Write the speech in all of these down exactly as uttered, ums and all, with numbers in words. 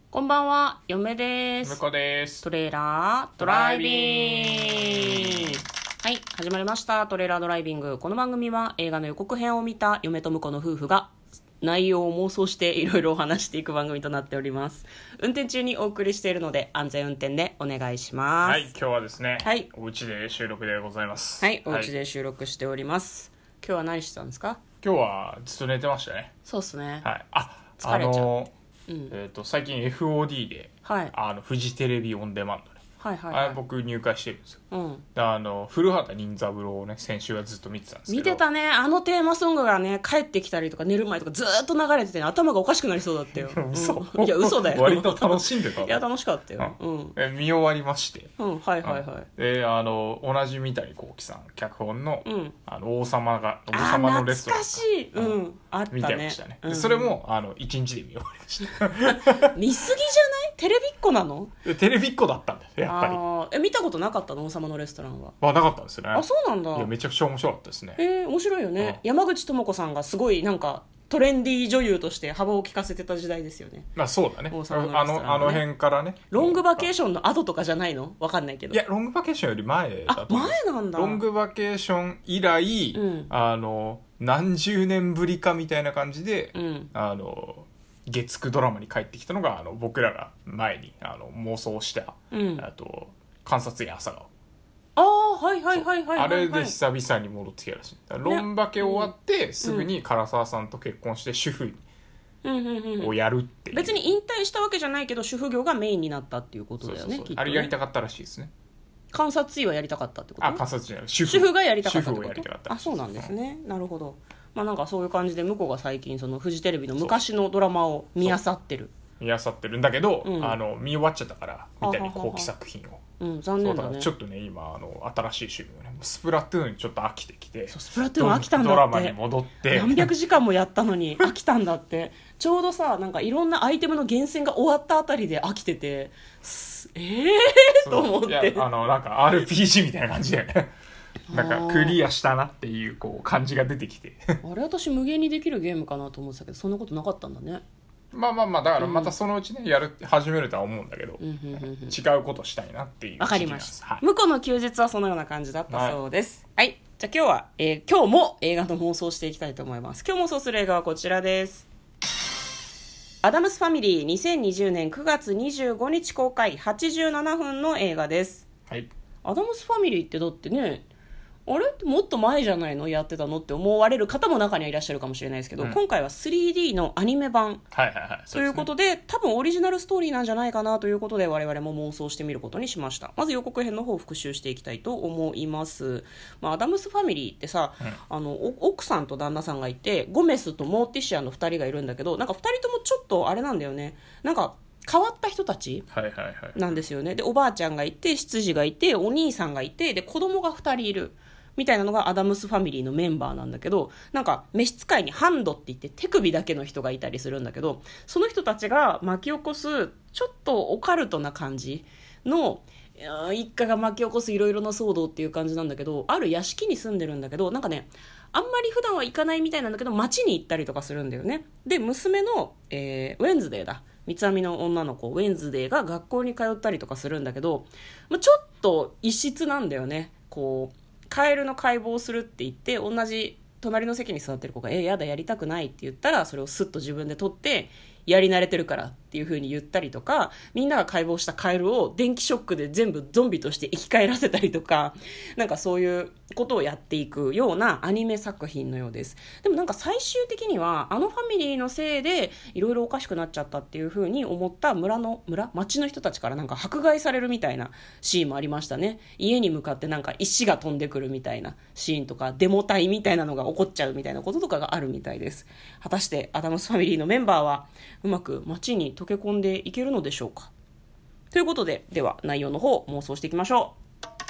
こんばんは、嫁です。 向こうです。 トレーラードライビング。はい、始まりました。トレーラードライビング。この番組は映画の予告編を見た嫁と婿の夫婦が内容を妄想していろいろお話していく番組となっております。運転中にお送りしているので安全運転でお願いします。 はい、今日はですね、 はい、 お家で収録でございます。 はい、お家で収録しております。はい、今日は何してたんですか？ 今日はずっと寝てましたね。 そうっすね。 はい。あ、 疲れちゃう。 あのうん、 えっ、ー、と最近 エフオーディー で、 はい、 あのフジテレビオンデマンドね。 はいはいはい、 あれ僕入会してるんですよ。 うん、 あの古畑任三郎をね先週はずっと見てたんですけど。 見てたね。あのテーマソングがね帰ってきたりとか寝る前とかずーっと流れてて、ね、頭がおかしくなりそうだったよ。 嘘、 うん、いや嘘だよ。 割と楽しんでた。 いや楽しかったよ。うん、 え見終わりまして。 うん、はいはいはい。 であの同じ三谷幸喜さん脚本の、 うん、 あの王様が王様のレストラン。 懐かしい。うん、あったね。 見てましたね。 うん、 それもあの一日で見終わりました。 見すぎじゃない？テレビっ子なの？ テレビっ子だったんだよやっぱり。 あえ見たことなかったの？王様のレストランは。 あなかったんですよね。 あそうなんだ。 いやめちゃくちゃ面白かったですね。 えー、面白いよね、 うん、 山口智子さんがすごいなんかトレンディー女優として幅を利かせてた時代ですよね。 まあそうだね。 王様のレストランね、 あのあの辺からね。 ロングバケーションの後とかじゃないの？わかんないけど。 いやロングバケーションより前だと思う。 あ前なんだ。 ロングバケーション以来、うん、あの何十年ぶりかみたいな感じで、うん、あの月くドラマに帰ってきたのがあの僕らが前にあの妄想した、うん、あと監察医朝顔。 ああはいはいはいはい、はい、 あれで久々に戻ってきたらしい。ロンバケ終わってすぐに唐沢さんと結婚して主婦をやるっていう、 別に引退したわけじゃないけど主婦業がメインになったっていうことだよね。 そうそうそう、 きっとね、 あれやりたかったらしいですね。 監察医はやりたかったってこと？ あ監察医じゃない、主婦主婦がやりたかったってこと？ 主婦をやりたかったあそうなんですね、うん、なるほど。まあなんかそういう感じで向こうが最近そのフジテレビの昔のドラマを見漁ってる見漁ってるんだけど、うん、あの見終わっちゃったからみたいに後期作品を。 うん、残念だね。 そうだちょっとね今あの新しい趣味をねスプラトゥーンにちょっと飽きてきて。 そうスプラトゥーン飽きたんだって。 ドラマに戻って何百時間もやったのに飽きたんだってちょうどさなんかいろんなアイテムの厳選が終わったあたりで飽きててええー、と思って。 いやあのなんか アールピージー みたいな感じでねなんかクリアしたなっていうこう感じが出てきてあれ私無限にできるゲームかなと思ってたけどそんなことなかったんだね。 まあまあまあだからまたそのうちね、うん、やる始めるとは思うんだけど、うんうんうんうん、違うことしたいなっていう。 わかりました、はい、向こうの休日はそのような感じだったそうです。はい、はい、じゃあ今日は、えー、今日も映画の妄想していきたいと思います。今日妄想する映画はこちらです。アダムスファミリーにせんにじゅうねんくがつにじゅうごにち公開はちじゅうななふんの映画です。 はい、 アダムスファミリーってだってねあれもっと前じゃないのやってたのって思われる方も中にはいらっしゃるかもしれないですけど、うん、今回は スリーディー のアニメ版、 はいはいはい、 ということで、多分オリジナルストーリーなんじゃないかなということで我々も妄想してみることにしました。まず予告編の方を復習していきたいと思います。まあ、アダムスファミリーってさ、うん、あの奥さんと旦那さんがいてゴメスとモーティシアのふたりがいるんだけどなんかふたりともちょっとあれなんだよねなんか変わった人たちなんですよね。でおばあちゃんがいて執事がいてお兄さんがいてで子供がふたりいるみたいなのがアダムスファミリーのメンバーなんだけどなんか召使いにハンドって言って手首だけの人がいたりするんだけどその人たちが巻き起こすちょっとオカルトな感じの一家が巻き起こすいろいろな騒動っていう感じなんだけどある屋敷に住んでるんだけどなんかねあんまり普段は行かないみたいなんだけど街に行ったりとかするんだよね。で娘の、えー、ウェンズデーだ三つ編みの女の子ウェンズデーが学校に通ったりとかするんだけど、まあ、ちょっと異質なんだよね。こうカエルの解剖をするって言って同じ隣の席に座ってる子がえやだやりたくないって言ったらそれをスッと自分で取ってやり慣れてるからっていう風に言ったりとかみんなが解剖したカエルを電気ショックで全部ゾンビとして生き返らせたりとかなんかそういうことをやっていくようなアニメ作品のようです。でもなんか最終的にはあのファミリーのせいでいろいろおかしくなっちゃったっていう風に思った村の村町の人たちからなんか迫害されるみたいなシーンもありましたね。家に向かってなんか石が飛んでくるみたいなシーンとかデモ隊みたいなのが起こっちゃうみたいなこととかがあるみたいです。果たしてアダムスファミリーのメンバーはうまく街に溶け込んでいけるのでしょうか。ということででは内容の方妄想していきましょう。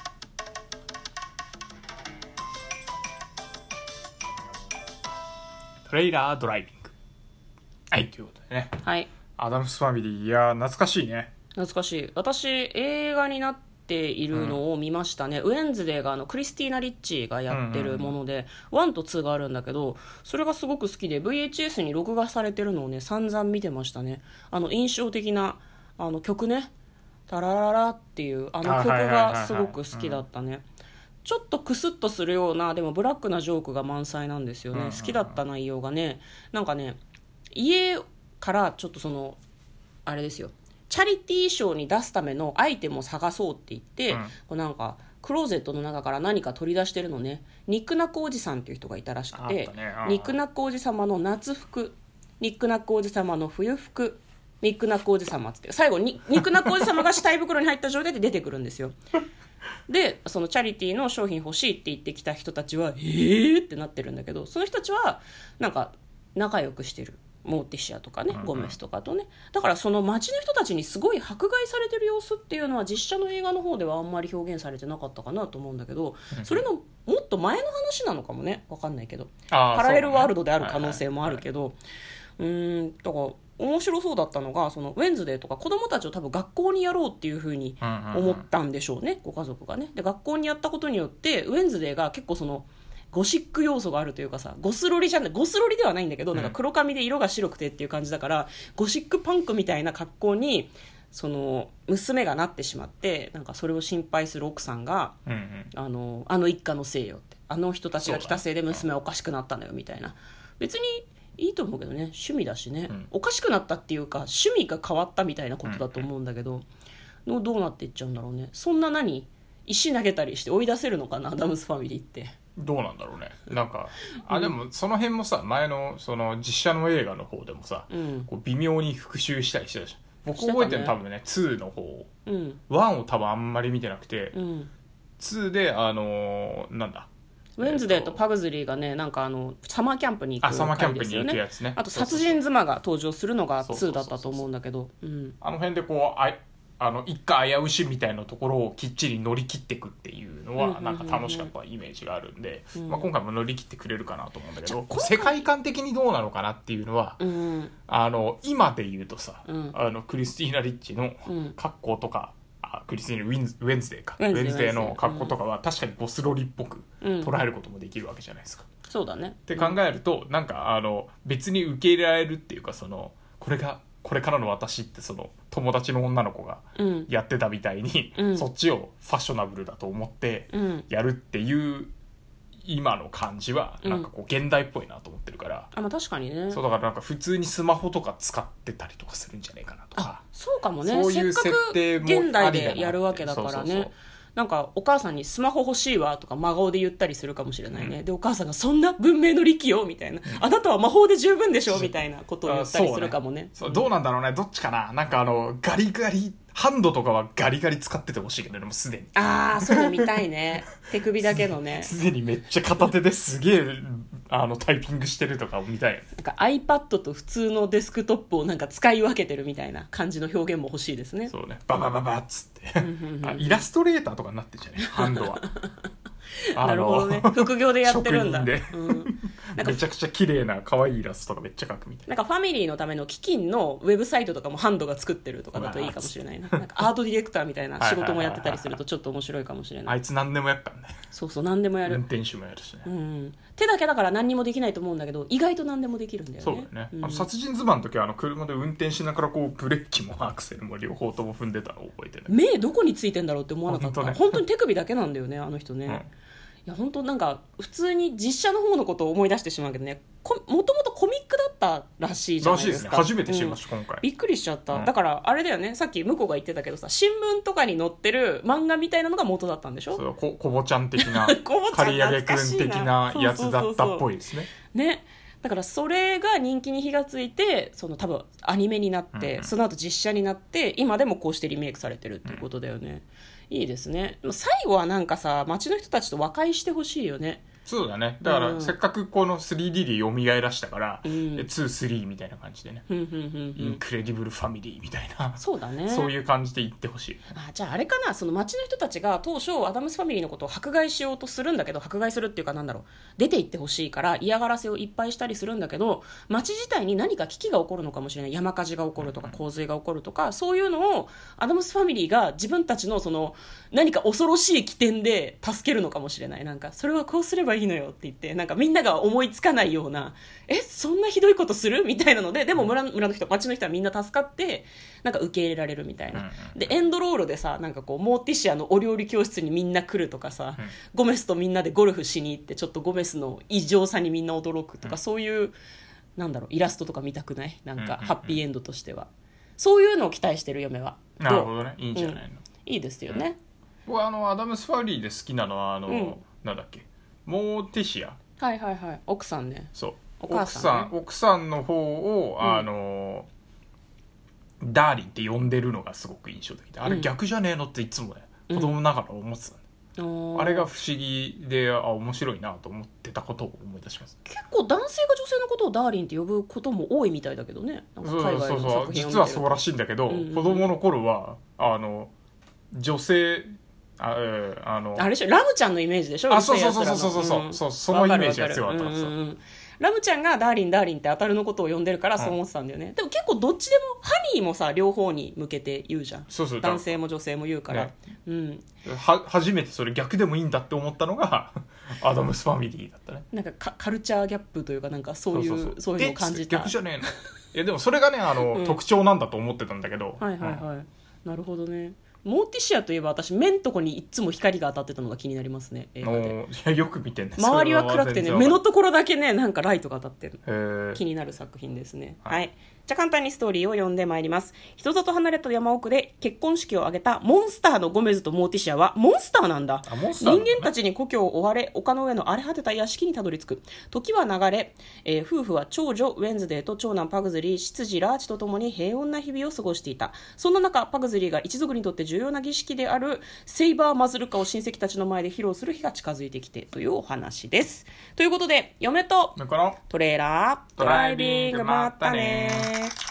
トレイラードライビング。はいということでね、 はい、 アダムスファミリーいや懐かしいね。 懐かしい。私映画になっているのを見ましたね、うん、ウェンズデーがあのクリスティーナ・リッチーがやってるもので、うんうんうん、ワンとツーがあるんだけど、それがすごく好きで ブイエイチエス に録画されてるのをね散々見てましたね。あの印象的なあの曲ね、タラララっていうあの曲がすごく好きだったね。ちょっとクスッとするようなでもブラックなジョークが満載なんですよね、うんうんうん、好きだった内容がね、なんかね家からちょっとそのあれですよ、チャリティーショーに出すためのアイテムを探そうって言って、うん、こうなんかクローゼットの中から何か取り出してるのね。ニックナックおじさんっていう人がいたらしくて、ね、ニックナックおじ様の夏服、ニックナックおじ様の冬服、ニックナックおじ様って最後にニックナックおじ様が死体袋に入った状態で出てくるんですよ。でそのチャリティーの商品欲しいって言ってきた人たちはえーってなってるんだけど、その人たちはなんか仲良くしてる、モーティシアとかね、ゴメスとかとね、だからその街の人たちにすごい迫害されてる様子っていうのは実写の映画の方ではあんまり表現されてなかったかなと思うんだけど、それのもっと前の話なのかもね、分かんないけど、パラレルワールドである可能性もあるけど、うーんだから面白そうだったのが、そのウェンズデーとか子供たちを多分学校にやろうっていう風に思ったんでしょうね、ご家族がね。で学校にやったことによってウェンズデーが結構そのゴシック要素があるというかさ、ゴスロリじゃない、ゴスロリではないんだけど、なんか黒髪で色が白くてっていう感じだから、ゴシックパンクみたいな格好にその娘がなってしまって、なんかそれを心配する奥さんが、うんうん、あのあの一家のせいよって、あの人たちが来たせいで娘はおかしくなったのよみたいな。別にいいと思うけどね、趣味だしね、うん、おかしくなったっていうか趣味が変わったみたいなことだと思うんだけど、うんうん、どうなっていっちゃうんだろうね。そんな何石投げたりして追い出せるのかな、アダムスファミリーって。 どうなんだろうね。なんかあでもその辺もさ、前のその実写の映画の方でもさ、うん、こう微妙に復習したりしてたじゃん。僕覚えてるの多分ねツーの方、うん、ワンを多分あんまり見てなくて、うん、ツーであのー、なんだウェンズデーとパグズリーがね、なんかあのサマーキャンプに行く回ですよね。あ、サマーキャンプに行くやつね。あと殺人妻が登場するのがツーだったと思うんだけど、 あの辺でこうああの一家危うしみたいなところをきっちり乗り切っていくっていうのはなんか楽しかったイメージがあるんで、うんまあ、今回も乗り切ってくれるかなと思うんだけど、世界観的にどうなのかなっていうのは、うん、あの今で言うとさ、うん、あのクリスティーナ・リッチの格好とか、あクリスティーナ・ウィンズ、ウェンズデーかウェンズデーの格好とかは確かにゴスロリっぽく捉えることもできるわけじゃないですか、 うん、そうだねって考えると、なんかあの別に受け入れられるっていうか、そのこれがこれからの私ってその友達の女の子がやってたみたいに、うん、そっちをファッショナブルだと思ってやるっていう今の感じはなんかこう現代っぽいなと思ってるから、 うん、あまあ確かにね。 そうだからなんか普通にスマホとか使ってたりとかするんじゃないかなとか。 あそうかもね。そういう設定も現代でやるわけだからね。そうそうそう、なんかお母さんにスマホ欲しいわとか真顔で言ったりするかもしれないね、うん、でお母さんがそんな文明の利器よみたいな、うん、あなたは魔法で十分でしょみたいなことを言ったりするかもね。 そうね、そうどうなんだろうね、どっちかな。なんかあのガリガリハンドとかはガリガリ使っててほしいけどね、もうすでに。 ああそういうの見たいね手首だけのねすでにめっちゃ片手ですげえあのタイピングしてるとかを見たいよね。 なんか iPad と普通のデスクトップをなんか使い分けてるみたいな感じの表現も欲しいですね。 そうね、ババババッつってあイラストレーターとかになってんじゃないハンドはなるほどね、副業でやってるんだ。 で、うん、なんかめちゃくちゃ綺麗な可愛いイラストとかめっちゃ描くみたいな。 なんかファミリーのための基金のウェブサイトとかもハンドが作ってるとかだといいかもしれないな。なんかアートディレクターみたいな仕事もやってたりするとちょっと面白いかもしれない。 あいつ何でもやっからね。 そうそう何でもやる。 運転手もやるしね、 うん、手だけだから何にもできないと思うんだけど意外と何でもできるんだよね。 そうだよね、うん、あの殺人妻の時はあの車で運転しながらこうブレーキもアクセルも両方とも踏んでたのを覚えてる。 目どこについてんだろうって思わなかった。本当、ね、本当に手首だけなんだよねあの人ね、うん、いや本当なんか普通に実写の方のことを思い出してしまうけどね、もともとコミックだったらしいじゃないですか。 らしいですね、初めて知りました、うん、今回。 びっくりしちゃった、うん、だからあれだよね、さっき向こうが言ってたけどさ、新聞とかに載ってる漫画みたいなのが元だったんでしょ。 そうここぼちゃん的な刈り上げくん的なやつだったっぽいですね。 ね、だからそれが人気に火がついて、その多分アニメになって、うんうん、その後実写になって今でもこうしてリメイクされてるっていうことだよね、うん、いいですね。最後はなんかさ街の人たちと和解してほしいよね。 そうだね。だから、 うん、 せっかくこの スリーディー で蘇らしたから、 うん、 に、スリーみたいな感じでね、 うんうんうんうん、 インクレディブルファミリーみたいな、 そうだね、 そういう感じで言ってほしい。 あ、じゃああれかな、その町の人たちが当初アダムスファミリーのことを迫害しようとするんだけど、迫害するっていうか、なんだろう、出て行ってほしいから嫌がらせをいっぱいしたりするんだけど、町自体に何か危機が起こるのかもしれない、山火事が起こるとか洪水が起こるとか、そういうのをアダムスファミリーが自分たちのその何か恐ろしい起点で助けるのかもしれない。なんかそれはこうすればいいのよって言って、なんかみんなが思いつかないような、えそんなひどいことするみたいなので、でも 村, 村の人町の人はみんな助かってなんか受け入れられるみたいな。でエンドロールでさ、なんかこうモーティシアのお料理教室にみんな来るとかさ、ゴメスとみんなでゴルフしに行ってちょっとゴメスの異常さにみんな驚くとか、そういうなんだろう、イラストとか見たくない？なんかハッピーエンドとしてはそういうのを期待してる嫁は。 なるほどね、いいんじゃないの、うん、 いいですよね。 僕はあのアダムスファミリーで好きなのはあの、うん、なんだっけ、モーティシア、 はいはいはい、奥さんね。 そう、 お母さん、ね、 奥さん、奥さんの方を、うん、あのダーリンって呼んでるのがすごく印象的で、あれ逆じゃねえのっていつもね、うん、子供ながら思ってたんで、うん、あれが不思議で、あ面白いなと思ってたことを思い出します。 結構男性が女性のことをダーリンって呼ぶことも多いみたいだけどね。なんか海外の作品を見てると。そうそうそう、 実はそうらしいんだけど、うんうん、子供の頃はあの女性あ、えー、あのあれでしょ、ラムちゃんのイメージでしょ。 あ、そうそうそうそうそうそう、うん、そうそのイメージが強かったんですよ。 ラムちゃんがダーリンダーリンって当たるのことを呼んでるからそう思ってたんだよね、うん、でも結構どっちでもハニーもさ両方に向けて言うじゃん。 そうそう、 男性も女性も言うから、ね、うん、 は初めてそれ逆でもいいんだって思ったのがアダムスファミリーだったね。 なんかカ、カルチャーギャップというか、なんかそういうそうそうそう、そういうのを感じた。 逆じゃねえのいやでもそれがねあの、うん、特徴なんだと思ってたんだけど、 はいはいはい、うん、なるほどね。モーティシアといえば私目んとこにいつも光が当たってたのが気になりますね、映画で。 いやよく見てんね。 周りは暗くてね、目のところだけねなんかライトが当たってる。気になる作品ですね。はい、はい、じゃあ簡単にストーリーを読んでまいります。人里離れた山奥で結婚式を挙げたモンスターのゴメズとモーティシアはモンスターなんだ。 モンスターなんだね。 人間たちに故郷を追われ丘の上の荒れ果てた屋敷にたどり着く。時は流れ、えー、夫婦は長女ウェンズデーと長男パグズリー、執事ラーチとともに平穏な日々を過ごしていた。そんな中パグズリーが一族にとって重要な儀式であるセイバーマズルカを親戚たちの前で披露する日が近づいてきてというお話です。ということで嫁とトレーラードライビング、まったね。